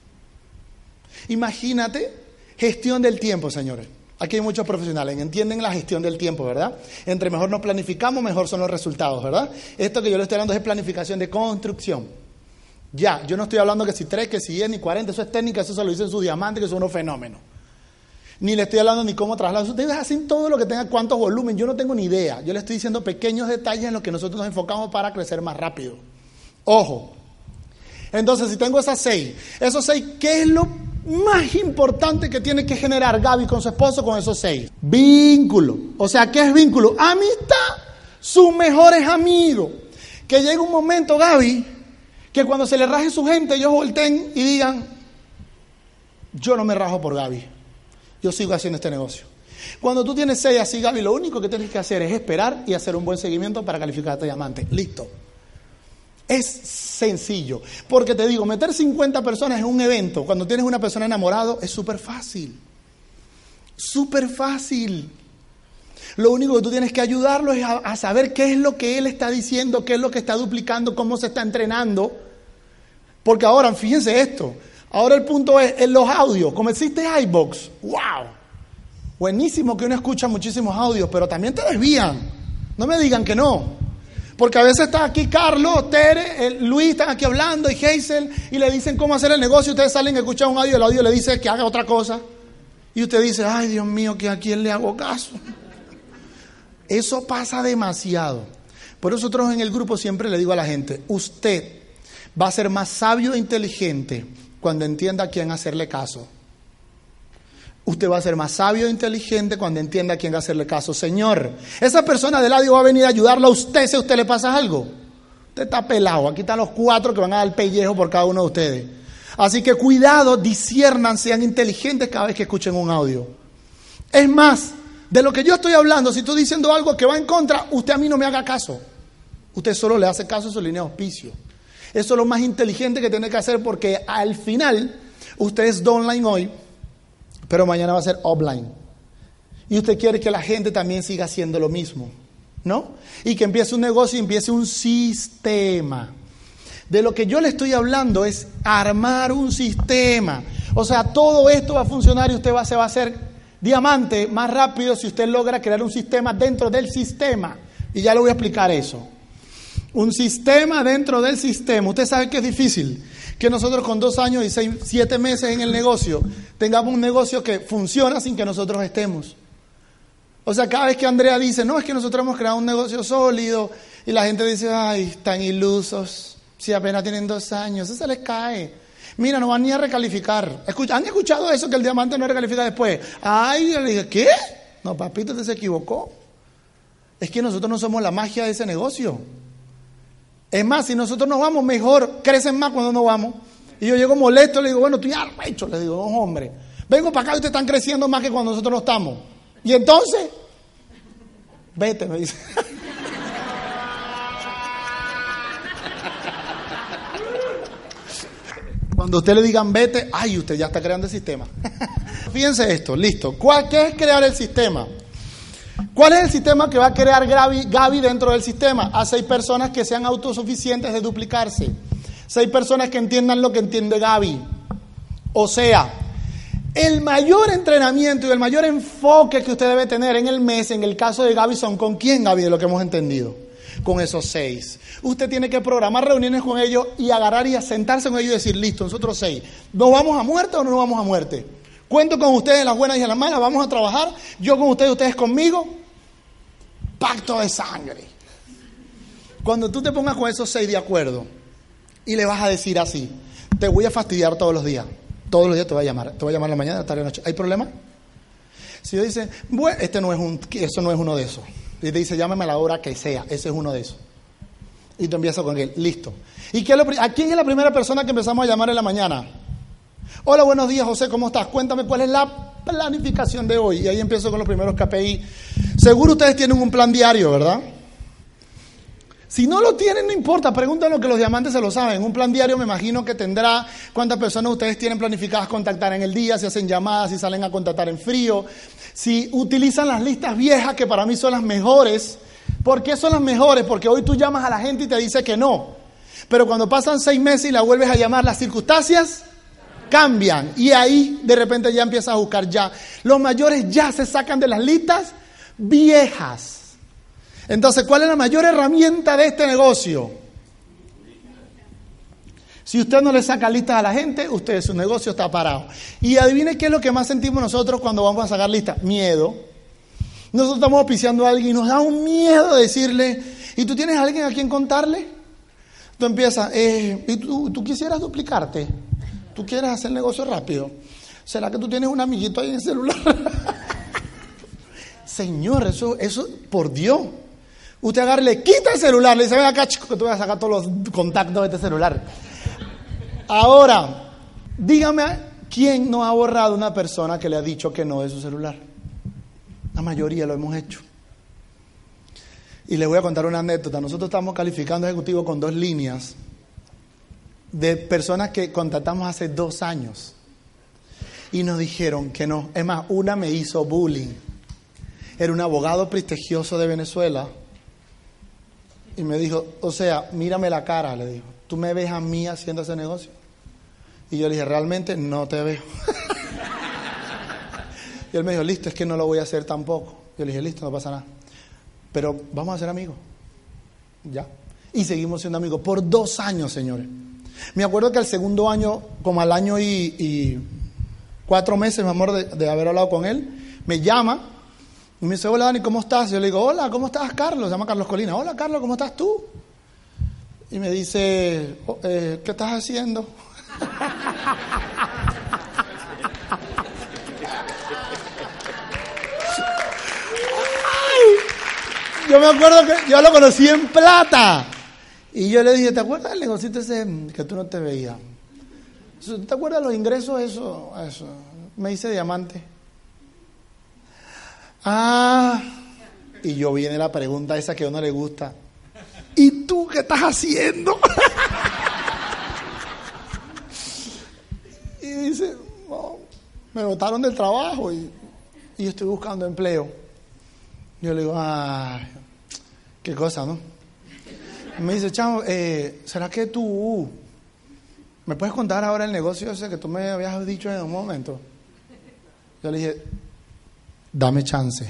Imagínate, gestión del tiempo, señores. Aquí hay muchos profesionales, entienden la gestión del tiempo, ¿verdad? Entre mejor nos planificamos, mejor son los resultados, ¿verdad? Esto que yo le estoy hablando es planificación de construcción. Ya, yo no estoy hablando que si tres, que si diez, ni cuarenta, eso es técnica, eso se lo dicen sus diamantes, que son unos fenómenos. Ni le estoy hablando ni cómo trasladar. Ustedes hacen todo lo que tenga, cuántos volumen, yo no tengo ni idea. Yo le estoy diciendo pequeños detalles en los que nosotros nos enfocamos para crecer más rápido. Ojo. Entonces, si tengo esas seis, esos seis, ¿qué es lo más importante que tiene que generar Gaby con su esposo con esos seis? Vínculo. O sea, ¿qué es vínculo? Amistad. Sus mejores amigos. Que llegue un momento, Gaby, que cuando se le raje su gente, ellos volteen y digan, yo no me rajo por Gaby. Yo sigo haciendo este negocio. Cuando tú tienes seis así, Gaby, lo único que tienes que hacer es esperar y hacer un buen seguimiento para calificar a tu diamante. Listo. Es sencillo. Porque te digo, meter cincuenta personas en un evento, cuando tienes una persona enamorada, es súper fácil. Súper fácil. Lo único que tú tienes que ayudarlo es a, a saber qué es lo que él está diciendo, qué es lo que está duplicando, cómo se está entrenando. Porque ahora, fíjense esto, ahora el punto es, en los audios, como existe iVoox, wow, buenísimo que uno escucha muchísimos audios, pero también te desvían. No me digan que no. Porque a veces está aquí Carlos, Tere, el Luis, están aquí hablando, y Hazel, y le dicen cómo hacer el negocio, ustedes salen a escuchar un audio, y el audio le dice que haga otra cosa. Y usted dice, ay Dios mío, que a quién le hago caso. Eso pasa demasiado. Por eso nosotros en el grupo siempre le digo a la gente, usted va a ser más sabio e inteligente cuando entienda a quién hacerle caso. Usted va a ser más sabio e inteligente cuando entienda a quién hacerle caso. Señor, esa persona del lado va a venir a ayudarlo a usted si a usted le pasa algo. Usted está pelado. Aquí están los cuatro que van a dar pellejo por cada uno de ustedes. Así que cuidado, disciernan, sean inteligentes cada vez que escuchen un audio. Es más, de lo que yo estoy hablando, si estoy diciendo algo que va en contra, usted a mí no me haga caso. Usted solo le hace caso a su línea de auspicio. Eso es lo más inteligente que tiene que hacer, porque al final usted es online hoy, pero mañana va a ser offline. Y usted quiere que la gente también siga haciendo lo mismo, ¿no? Y que empiece un negocio y empiece un sistema. De lo que yo le estoy hablando es armar un sistema. O sea, todo esto va a funcionar y usted va, se va a hacer diamante más rápido si usted logra crear un sistema dentro del sistema. Y ya le voy a explicar eso. Un sistema dentro del sistema. Usted sabe que es difícil que nosotros con dos años y seis, siete meses en el negocio tengamos un negocio que funciona sin que nosotros estemos. O sea, cada vez que Andrea dice, no, es que nosotros hemos creado un negocio sólido, y la gente dice, ay, tan ilusos, si apenas tienen dos años, eso se les cae. Mira, no van ni a recalificar. ¿Han escuchado eso, que el diamante no recalifica después? Ay, yo le dije, ¿qué? No, papito, usted se equivocó. Es que nosotros no somos la magia de ese negocio. Es más, si nosotros nos vamos mejor, crecen más cuando nos vamos. Y yo llego molesto, le digo, bueno, estoy arrecho. Le digo, no, hombre, vengo para acá y ustedes están creciendo más que cuando nosotros no estamos. Y entonces, vete, me dice. Cuando usted le digan vete, ay, usted ya está creando el sistema. Fíjense esto, listo. ¿Cuál, ¿Qué es crear el sistema? ¿Cuál es el sistema que va a crear Gaby, Gaby dentro del sistema? A seis personas que sean autosuficientes de duplicarse. Seis personas que entiendan lo que entiende Gaby. O sea, el mayor entrenamiento y el mayor enfoque que usted debe tener en el mes, en el caso de Gaby, son ¿con quién, Gaby? De lo que hemos entendido. Con esos seis. Usted tiene que programar reuniones con ellos y agarrar y sentarse con ellos y decir, listo, nosotros seis, ¿nos vamos a muerte o no nos vamos a muerte? Cuento con ustedes en las buenas y en las malas, vamos a trabajar, yo con ustedes, ustedes conmigo. Pacto de sangre. Cuando tú te pongas con esos seis de acuerdo y le vas a decir así, te voy a fastidiar todos los días, todos los días te voy a llamar, te voy a llamar la mañana, la tarde, la noche, ¿hay problema? Si yo dice, bueno, este no es un, eso no es uno de esos. Y te dice, llámame a la hora que sea, ese es uno de esos. Y tú empiezas con él, listo. ¿Y qué es lo, a quién es la primera persona que empezamos a llamar en la mañana? Hola, buenos días, José, ¿cómo estás? Cuéntame cuál es la planificación de hoy. Y ahí empiezo con los primeros K P I. Seguro ustedes tienen un plan diario, ¿verdad? Si no lo tienen, no importa, pregúntenlo que los diamantes se lo saben. Un plan diario me imagino que tendrá cuántas personas ustedes tienen planificadas contactar en el día, si hacen llamadas, si salen a contactar en frío, si utilizan las listas viejas, que para mí son las mejores. ¿Por qué son las mejores? Porque hoy tú llamas a la gente y te dice que no. Pero cuando pasan seis meses y la vuelves a llamar, las circunstancias cambian. Y ahí de repente ya empiezas a buscar ya. Los mayores ya se sacan de las listas viejas. Entonces, ¿cuál es la mayor herramienta de este negocio? Si usted no le saca listas a la gente, usted, su negocio está parado. Y adivine qué es lo que más sentimos nosotros cuando vamos a sacar listas. Miedo. Nosotros estamos auspiciando a alguien y nos da un miedo decirle, ¿y tú tienes a alguien a quien contarle? Tú empiezas, eh, ¿y tú, tú quisieras duplicarte? ¿Tú quieres hacer negocio rápido? ¿Será que tú tienes un amiguito ahí en el celular? Señor, eso, eso, por Dios. Usted agarra y le quita el celular, le dice, ven acá, chico, que tú vas a sacar todos los contactos de este celular. Ahora, dígame, ¿quién no ha borrado una persona que le ha dicho que no de su celular? La mayoría lo hemos hecho. Y les voy a contar una anécdota. Nosotros estamos calificando ejecutivos con dos líneas de personas que contactamos hace dos años. Y nos dijeron que no. Es más, una me hizo bullying. Era un abogado prestigioso de Venezuela. Y me dijo, o sea, mírame la cara, le dijo. ¿Tú me ves a mí haciendo ese negocio? Y yo le dije, realmente no te veo. Y él me dijo, listo, es que no lo voy a hacer tampoco. Yo le dije, listo, no pasa nada. Pero vamos a ser amigos. Ya. Y seguimos siendo amigos por dos años, señores. Me acuerdo que al segundo año, como al año y, y cuatro meses, mi amor, de, de haber hablado con él, me llama y me dice, hola Dani, ¿cómo estás? Yo le digo, hola, ¿cómo estás, Carlos? Se llama Carlos Colina. Hola, Carlos, ¿cómo estás tú? Y me dice, oh, eh, ¿qué estás haciendo? Ay, yo me acuerdo que yo lo conocí en plata. Y yo le dije, ¿te acuerdas del negocito ese que tú no te veías? ¿Te acuerdas de los ingresos? Eso, eso. Me hice diamante. Ah, y yo viene la pregunta esa que a uno le gusta. ¿Y tú qué estás haciendo? Y dice, oh, me botaron del trabajo y, y estoy buscando empleo. Yo le digo, ay, qué cosa, ¿no? Y me dice, chamo, eh, ¿será que tú me puedes contar ahora el negocio ese que tú me habías dicho en un momento? Yo le dije, dame chance.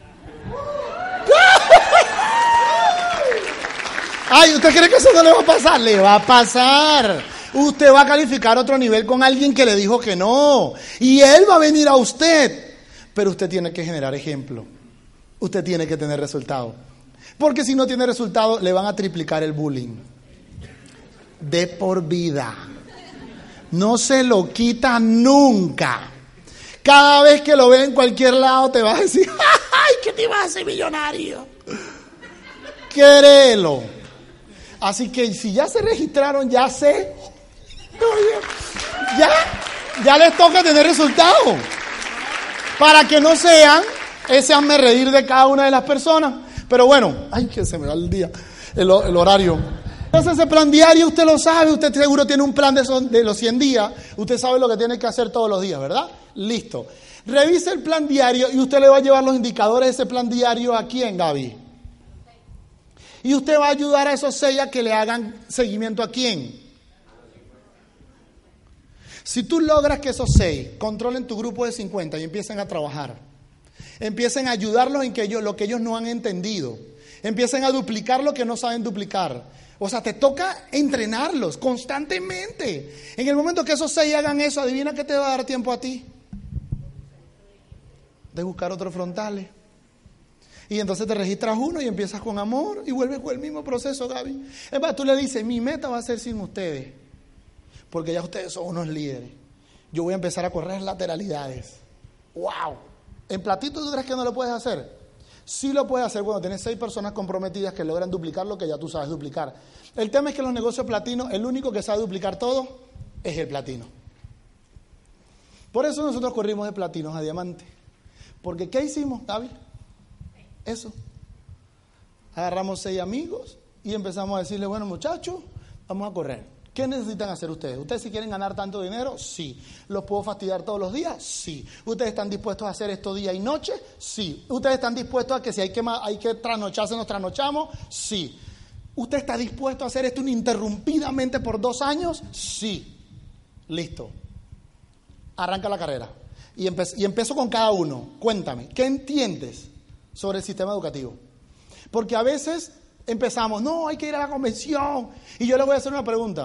Ay, ¿usted cree que eso no le va a pasar? Le va a pasar. Usted va a calificar otro nivel con alguien que le dijo que no. Y él va a venir a usted. Pero usted tiene que generar ejemplo. Usted tiene que tener resultado. Porque si no tiene resultado, le van a triplicar el bullying. De por vida. No se lo quita nunca. Cada vez que lo ve en cualquier lado te vas a decir, ¡ay, que te vas a hacer millonario! Quérelo. Así que si ya se registraron, ya sé, ya, ya les toca tener resultados. Para que no sean ese hazme reír de cada una de las personas. Pero bueno, ay, que se me va el día, el, el horario. Entonces ese plan diario usted lo sabe, usted seguro tiene un plan de, son, de los cien días, usted sabe lo que tiene que hacer todos los días, ¿verdad? Listo. Revise el plan diario y usted le va a llevar los indicadores de ese plan diario a quién, Gaby. Y usted va a ayudar a esos seis a que le hagan seguimiento a quién. Si tú logras que esos seis controlen tu grupo de cincuenta y empiecen a trabajar, empiecen a ayudarlos en que ellos, lo que ellos no han entendido, empiecen a duplicar lo que no saben duplicar. O sea, te toca entrenarlos constantemente. En el momento que esos seis hagan eso, adivina qué te va a dar tiempo a ti. De buscar otros frontales. Y entonces te registras uno y empiezas con amor y vuelves con el mismo proceso, Gaby. Es más, tú le dices, mi meta va a ser sin ustedes. Porque ya ustedes son unos líderes. Yo voy a empezar a correr lateralidades. ¡Wow! ¿En platito tú crees que no lo puedes hacer? Sí lo puedes hacer cuando tienes seis personas comprometidas que logran duplicar lo que ya tú sabes duplicar. El tema es que los negocios platinos, el único que sabe duplicar todo es el platino. Por eso nosotros corrimos de platinos a diamante. Porque ¿qué hicimos, Gaby? Eso. Agarramos seis amigos y empezamos a decirle, bueno muchachos, vamos a correr. ¿Qué necesitan hacer ustedes? ¿Ustedes si quieren ganar tanto dinero? Sí. ¿Los puedo fastidiar todos los días? Sí. ¿Ustedes están dispuestos a hacer esto día y noche? Sí. ¿Ustedes están dispuestos a que si hay que, hay que trasnocharse, nos trasnochamos? Sí. ¿Usted está dispuesto a hacer esto ininterrumpidamente por dos años? Sí. Listo. Arranca la carrera. Y, empe- y empiezo con cada uno. Cuéntame, ¿qué entiendes sobre el sistema educativo? Porque a veces empezamos, no, hay que ir a la convención. Y yo les voy a hacer una pregunta.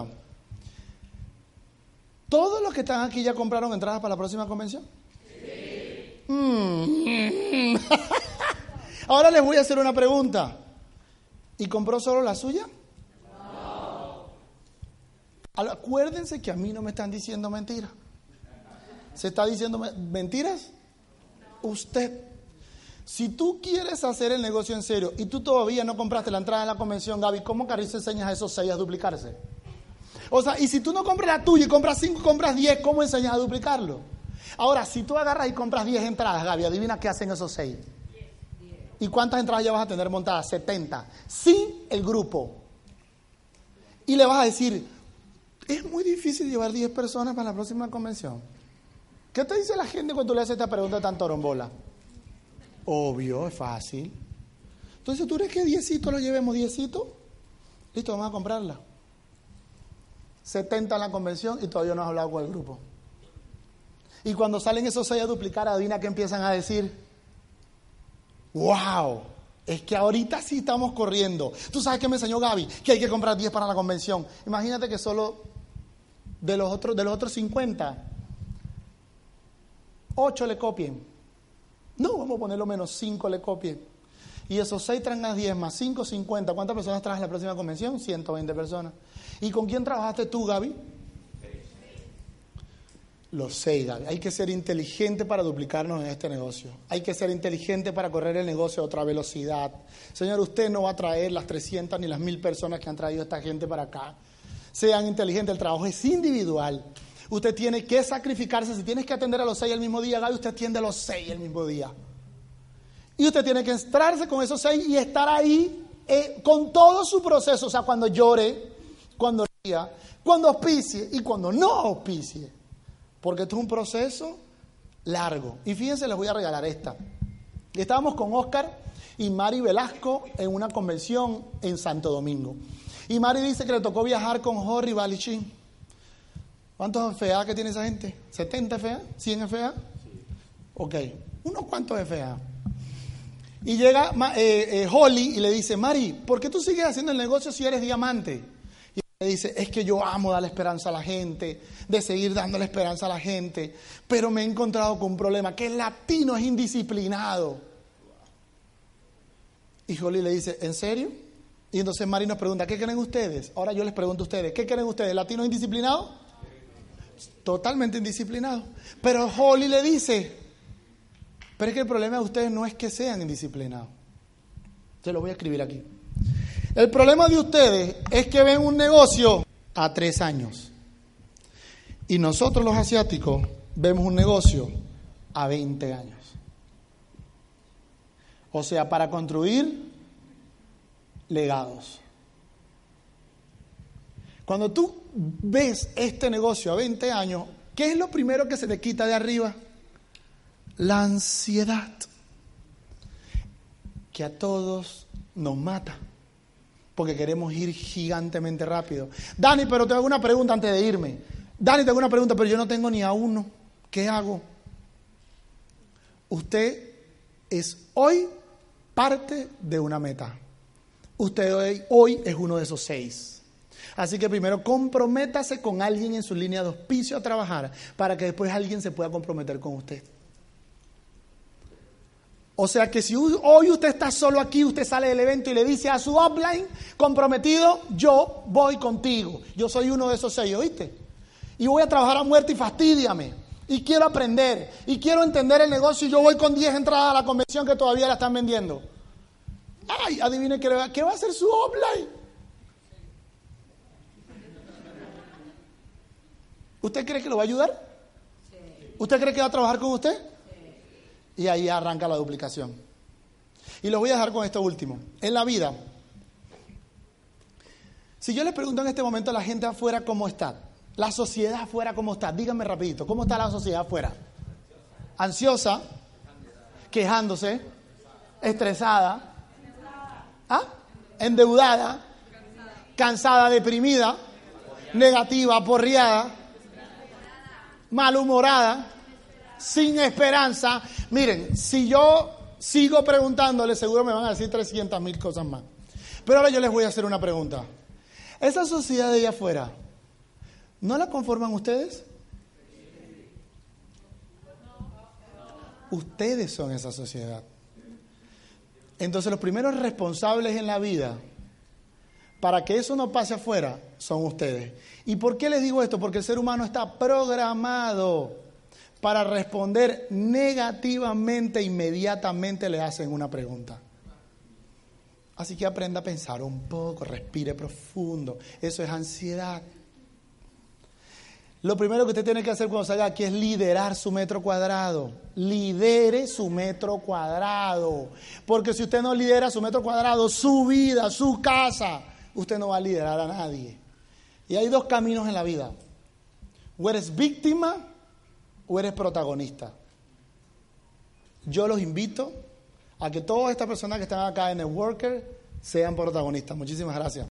¿Todos los que están aquí ya compraron entradas para la próxima convención? Sí. Mm. Ahora les voy a hacer una pregunta. ¿Y compró solo la suya? No. Acuérdense que a mí no me están diciendo mentiras. ¿Se está diciendo mentiras? No. Usted. Si tú quieres hacer el negocio en serio y tú todavía no compraste la entrada en la convención, Gaby, ¿cómo cariño enseñas a esos seis a duplicarse? O sea, y si tú no compras la tuya y compras cinco, compras diez, ¿cómo enseñas a duplicarlo? Ahora, si tú agarras y compras diez entradas, Gaby, adivina qué hacen esos seis. ¿Y cuántas entradas ya vas a tener montadas? setenta. Sin el grupo. Y le vas a decir, es muy difícil llevar diez personas para la próxima convención. ¿Qué te dice la gente cuando le haces esta pregunta tan torombola? Obvio, es fácil. Entonces, ¿tú crees que diecito lo llevemos? ¿Diecito? Listo, vamos a comprarla. setenta en la convención y todavía no has hablado con el grupo. Y cuando salen esos seis a duplicar, adivina que empiezan a decir, ¡wow! Es que ahorita sí estamos corriendo. ¿Tú sabes qué me enseñó Gaby? Que hay que comprar diez para la convención. Imagínate que solo de los otros, de los otros cincuenta, ocho le copien. No, vamos a ponerlo menos, cinco le copien. Y esos seis traen las diez más cinco, cincuenta. ¿Cuántas personas traes en la próxima convención? ciento veinte personas. ¿Y con quién trabajaste tú, Gaby? Los seis, Gaby. Hay que ser inteligente para duplicarnos en este negocio. Hay que ser inteligente para correr el negocio a otra velocidad. Señor, usted no va a traer las trescientas ni las mil personas que han traído esta gente para acá. Sean inteligentes, el trabajo es individual. Usted tiene que sacrificarse. Si tienes que atender a los seis el mismo día, Gaby, usted atiende a los seis el mismo día. Y usted tiene que entrarse con esos seis y estar ahí eh, con todo su proceso. O sea, cuando llore, cuando ría, cuando auspicie y cuando no auspicie. Porque esto es un proceso largo. Y fíjense, les voy a regalar esta. Estábamos con Oscar y Mari Velasco en una convención en Santo Domingo. Y Mari dice que le tocó viajar con Jorge Balichin. ¿Cuántos F A que tiene esa gente? ¿setenta F A? ¿cien F A? Sí. Ok, unos cuantos F A. Y llega eh, eh, Holly y le dice, Mari, ¿por qué tú sigues haciendo el negocio si eres diamante? Y le dice, es que yo amo darle esperanza a la gente, de seguir dándole esperanza a la gente, pero me he encontrado con un problema, que el latino es indisciplinado. Y Holly le dice, ¿en serio? Y entonces Mari nos pregunta, ¿qué creen ustedes? Ahora yo les pregunto a ustedes, ¿qué creen ustedes? ¿El latino es indisciplinado? Totalmente indisciplinado. Pero Holly le dice, pero es que el problema de ustedes no es que sean indisciplinados. Se lo voy a escribir aquí. El problema de ustedes es que ven un negocio a tres años. Y nosotros los asiáticos vemos un negocio a veinte años. O sea, para construir legados. Cuando tú ves este negocio a veinte años, ¿qué es lo primero que se te quita de arriba? La ansiedad, que a todos nos mata, porque queremos ir gigantemente rápido. Dani, pero te hago una pregunta antes de irme. Dani, te hago una pregunta, pero yo no tengo ni a uno. ¿Qué hago? Usted es hoy parte de una meta. Usted hoy, hoy es uno de esos seis. Así que primero comprométase con alguien en su línea de auspicio a trabajar para que después alguien se pueda comprometer con usted. O sea que si hoy usted está solo aquí, usted sale del evento y le dice a su upline comprometido, yo voy contigo. Yo soy uno de esos seis, ¿oíste? Y voy a trabajar a muerte y fastídiame. Y quiero aprender. Y quiero entender el negocio y yo voy con diez entradas a la convención que todavía la están vendiendo. Ay, adivine qué, qué va a hacer su upline. ¿Usted cree que lo va a ayudar? Sí. ¿Usted cree que va a trabajar con usted? Sí. Y ahí arranca la duplicación. Y los voy a dejar con esto último. En la vida, si yo les pregunto en este momento a la gente afuera cómo está, la sociedad afuera cómo está, díganme rapidito, ¿cómo está la sociedad afuera? Ansiosa, quejándose, estresada, ¿ah? endeudada, cansada, deprimida, negativa, aporreada, malhumorada, sin esperanza. Miren, si yo sigo preguntándole, seguro me van a decir trescientas mil cosas más. Pero ahora yo les voy a hacer una pregunta. ¿Esa sociedad de allá afuera no la conforman ustedes? Ustedes son esa sociedad. Entonces los primeros responsables en la vida para que eso no pase afuera son ustedes. ¿Y por qué les digo esto? Porque el ser humano está programado para responder negativamente inmediatamente le hacen una pregunta. Así que aprenda a pensar un poco, respire profundo. Eso es ansiedad. Lo primero que usted tiene que hacer cuando salga aquí es liderar su metro cuadrado. Lidere su metro cuadrado. Porque si usted no lidera su metro cuadrado, su vida, su casa, usted no va a liderar a nadie. Y hay dos caminos en la vida. O eres víctima o eres protagonista. Yo los invito a que todas estas personas que están acá en el Worker sean protagonistas. Muchísimas gracias.